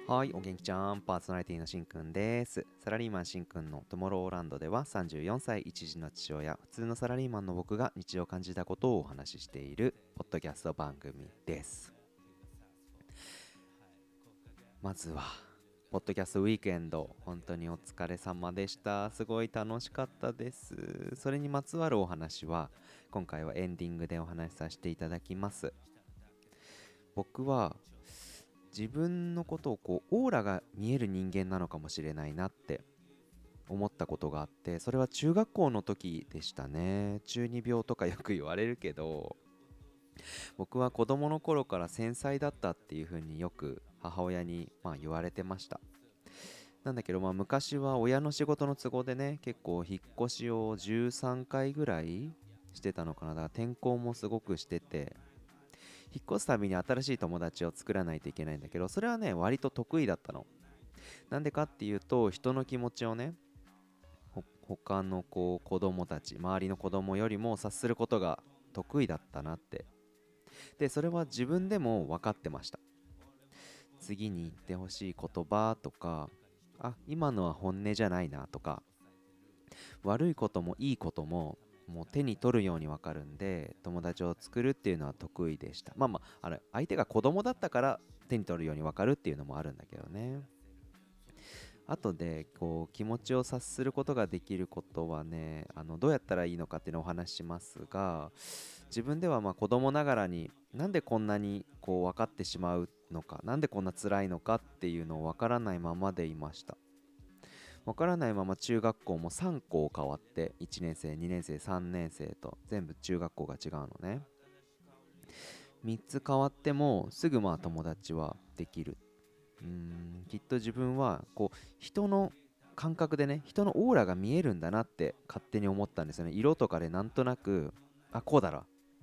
はい、お元気ちゃん、パーソナリティのしんくんです。サラリーマンしんくんのトゥモローランドでは34歳一児の父親、普通のサラリーマンの僕が日常を感じたことをお話ししているポッドキャスト番組です。まずは、ポッドキャストウィークエンド、本当にお疲れ様でした。すごい楽しかったです。それにまつわるお話は、今回はエンディングでお話しさせていただきます。僕は自分のことをオーラが見える人間なのかもしれないなって思ったことがあって、それは中学校の時でしたね。中二病とかよく言われるけど、僕は子供の頃から繊細だったっていう風によく母親に言われてました。なんだけど昔は親の仕事の都合でね、結構引っ越しを13回ぐらいしてたのかな。だから転校もすごくしてて、引っ越すたびに新しい友達を作らないといけないんだけど、それはね割と得意だったの。なんでかっていうと、人の気持ちをね、他の子供たち、周りの子供よりも察することが得意だったなって。でそれは自分でも分かってました。次に言ってほしい言葉とか、あ、今のは本音じゃないなとか、悪いこともいいことももう手に取るように分かるんで、友達を作るっていうのは得意でした。あれ相手が子供だったから手に取るように分かるっていうのもあるんだけどね。後で気持ちを察することができることはね、どうやったらいいのかっていうのをお話ししますが、自分では子供ながらになんでこんなに分かってしまうのか、なんでこんな辛いのかっていうのを分からないままでいました。分からないまま中学校も3校変わって、1年生2年生3年生と全部中学校が違うのね。3つ変わってもすぐ友達はできる。きっと自分は人の感覚でね、人のオーラが見えるんだなって勝手に思ったんですよね。色とかでなんとなく、あ、こうだろって、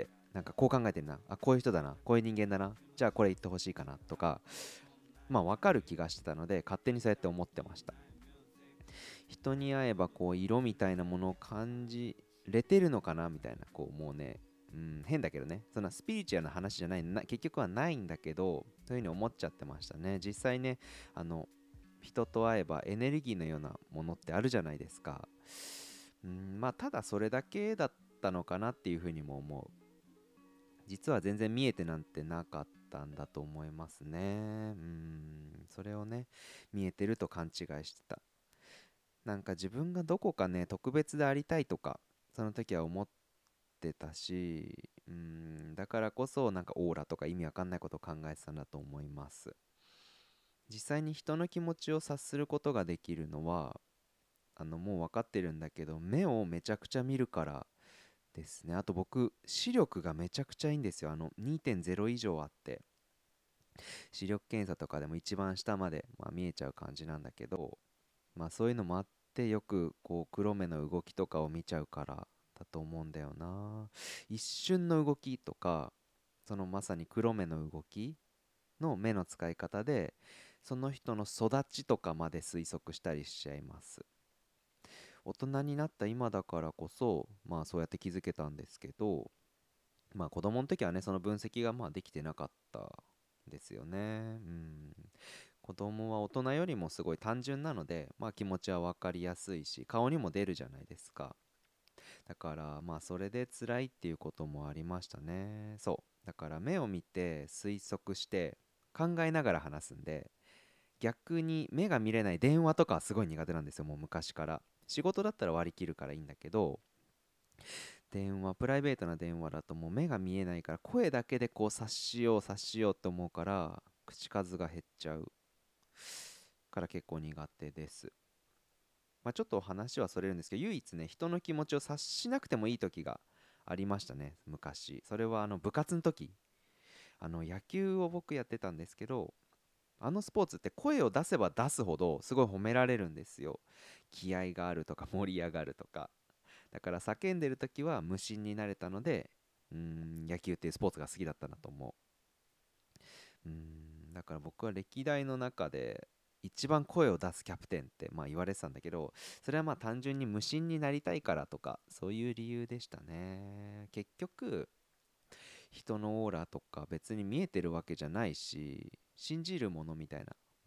なんかこう考えてるな、あ、こういう人だな、こういう人間だな、じゃあこれ言ってほしいかなとか、分かる気がしてたので勝手にそうやって思ってました。人に会えば色みたいなものを感じれてるのかなみたいな、もうね、変だけどね、そんなスピリチュアルな話じゃないな、結局はないんだけど、そういうふうに思っちゃってましたね。実際ね、あの人と会えばエネルギーのようなものってあるじゃないですか。ただそれだけだったのかなっていうふうにも思う。実は全然見えてなんてなかったんだと思いますね。それをね、見えてると勘違いしてた。なんか自分がどこかね特別でありたいとか、その時は思ってたし、だからこそなんかオーラとか意味わかんないことを考えてたんだと思います。実際に人の気持ちを察することができるのは、もう分かってるんだけど、目をめちゃくちゃ見るからですね。あと僕視力がめちゃくちゃいいんですよ。2.0以上あって、視力検査とかでも一番下まで、見えちゃう感じなんだけど、そういうのもあって、よく黒目の動きとかを見ちゃうからだと思うんだよな。一瞬の動きとか、そのまさに黒目の動きの目の使い方で、その人の育ちとかまで推測したりしちゃいます。大人になった今だからこそそうやって気づけたんですけど、子供の時はね、その分析ができてなかったんですよね。子供は大人よりもすごい単純なので、気持ちは分かりやすいし、顔にも出るじゃないですか。だからそれで辛いっていうこともありましたね。そうだから目を見て推測して考えながら話すんで、逆に目が見れない電話とかはすごい苦手なんですよ。もう昔から。仕事だったら割り切るからいいんだけど、電話、プライベートな電話だともう目が見えないから、声だけで察しよう察しようと思うから、口数が減っちゃうから結構苦手です。ちょっと話はそれるんですけど、唯一ね、人の気持ちを察しなくてもいい時がありましたね、昔。それは部活の時、野球を僕やってたんですけど、あのスポーツって声を出せば出すほどすごい褒められるんですよ。気合があるとか盛り上がるとか。だから叫んでる時は無心になれたので、野球っていうスポーツが好きだったなと思う。だから僕は歴代の中で一番声を出すキャプテンって言われてたんだけど、それは単純に無心になりたいからとか、そういう理由でしたね。結局人のオーラとか別に見えてるわけじゃないし、信じるものみたいな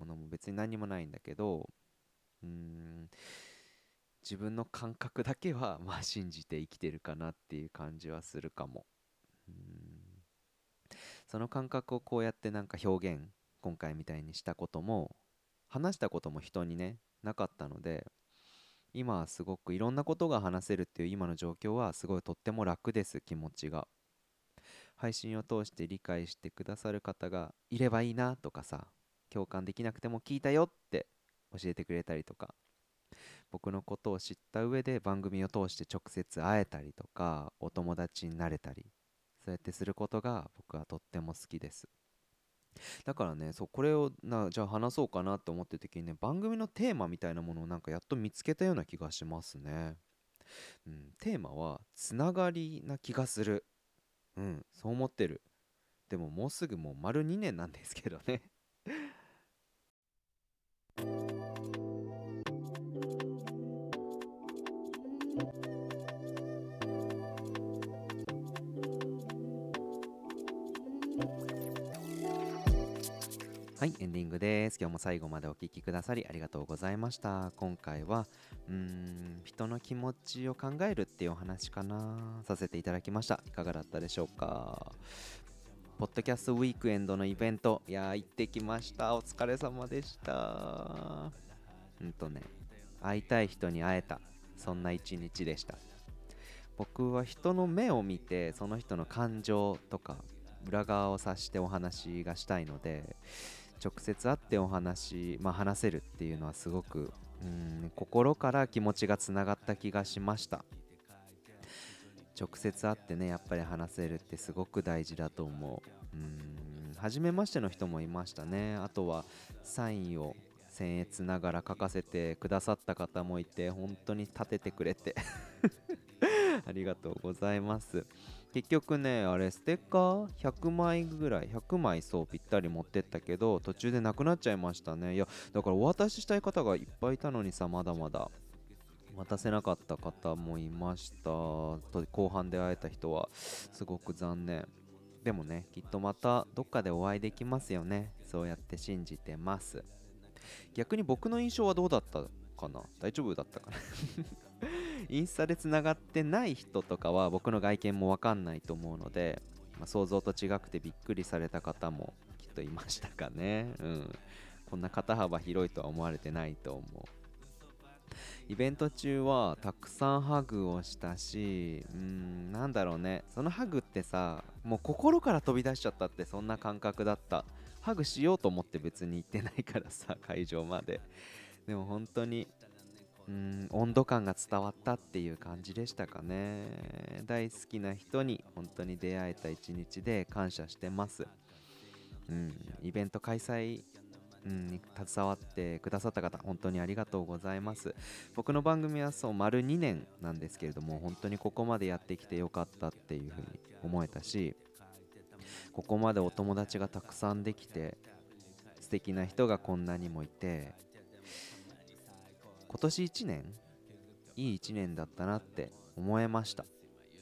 ものも別に何もないんだけど、うーん自分の感覚だけはまあ信じて生きてるかなっていう感じはするかも。うーんその感覚をこうやってなんか表現、今回みたいにしたことも、話したことも人にねなかったので、今はすごくいろんなことが話せるっていう今の状況はすごいとっても楽です。気持ちが、配信を通して理解してくださる方がいればいいなとかさ、共感できなくても聞いたよって教えてくれたりとか、僕のことを知った上で番組を通して直接会えたりとか、お友達になれたり、そうやってすることが僕はとっても好きです。だからね、そう、これをじゃあ話そうかなと思ってる時にね、番組のテーマみたいなものをなんかやっと見つけたような気がしますね。テーマはつながりな気がする。そう思ってる。でももうすぐもう丸2年なんですけどね。はい、エンディングです。今日も最後までお聞きくださりありがとうございました。今回は人の気持ちを考えるっていうお話かな、させていただきました。いかがだったでしょうか。ポッドキャストウィークエンドのイベント、いやー行ってきました。お疲れ様でした。ね、会いたい人に会えた、そんな一日でした。僕は人の目を見てその人の感情とか裏側を察してお話がしたいので、直接会ってお話、話せるっていうのはすごく心から気持ちがつながった気がしました。直接会ってね、やっぱり話せるってすごく大事だと思う。初めましての人もいましたね。あとはサインを僭越ながら書かせてくださった方もいて、本当に立ててくれてありがとうございます。結局ね、あれステッカー100枚ぐらい、100枚そうぴったり持ってったけど、途中でなくなっちゃいましたね。いや、だからお渡ししたい方がいっぱいいたのにさ、まだまだ渡せなかった方もいました。後半で会えた人はすごく残念。でもね、きっとまたどっかでお会いできますよね。そうやって信じてます。逆に僕の印象はどうだったかな、大丈夫だったかなインスタでつながってない人とかは僕の外見もわかんないと思うので、想像と違くてびっくりされた方もきっといましたかね。こんな肩幅広いとは思われてないと思う。イベント中はたくさんハグをしたし、なんだろうね、そのハグってさ、もう心から飛び出しちゃったって、そんな感覚だった。ハグしようと思って別に行ってないからさ、会場まで。でも本当に温度感が伝わったっていう感じでしたかね。大好きな人に本当に出会えた一日で感謝してます。イベント開催に携わってくださった方、本当にありがとうございます。僕の番組はそう丸2年なんですけれども、本当にここまでやってきてよかったっていうふうに思えたし、ここまでお友達がたくさんできて、素敵な人がこんなにもいて、今年1年いい1年だったなって思えました。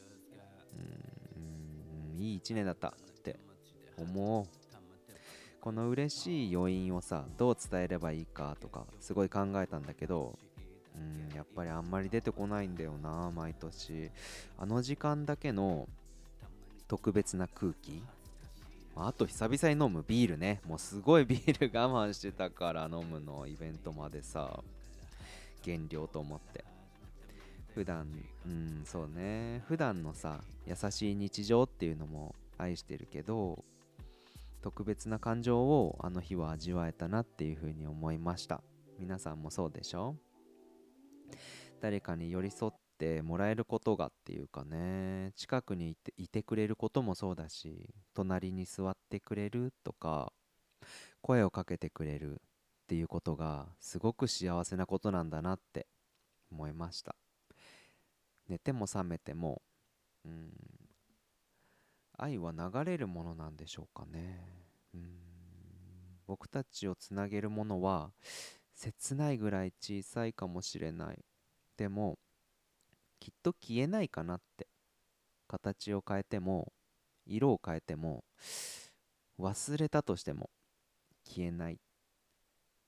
いい1年だったって思う。この嬉しい余韻をさ、どう伝えればいいかとかすごい考えたんだけど、やっぱりあんまり出てこないんだよな、毎年。あの時間だけの特別な空気、あと久々に飲むビールね。もうすごいビール我慢してたから飲むの、イベントまでさ、減量と思って。普段そうね、普段のさ優しい日常っていうのも愛してるけど、特別な感情をあの日は味わえたなっていうふうに思いました。皆さんもそうでしょ。誰かに寄り添ってもらえることがっていうかね、近くにいてくれることもそうだし、隣に座ってくれるとか声をかけてくれるっていうことがすごく幸せなことなんだなって思いました。寝ても覚めてもうん愛は流れるものなんでしょうかね。僕たちをつなげるものは切ないぐらい小さいかもしれない。でもきっと消えないかなって。形を変えても色を変えても忘れたとしても消えない。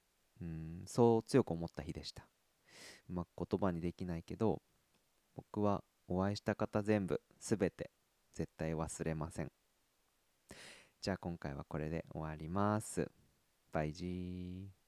そう強く思った日でした。うまく言葉にできないけど、僕はお会いした方全て絶対忘れません。じゃあ今回はこれで終わります。バイジー。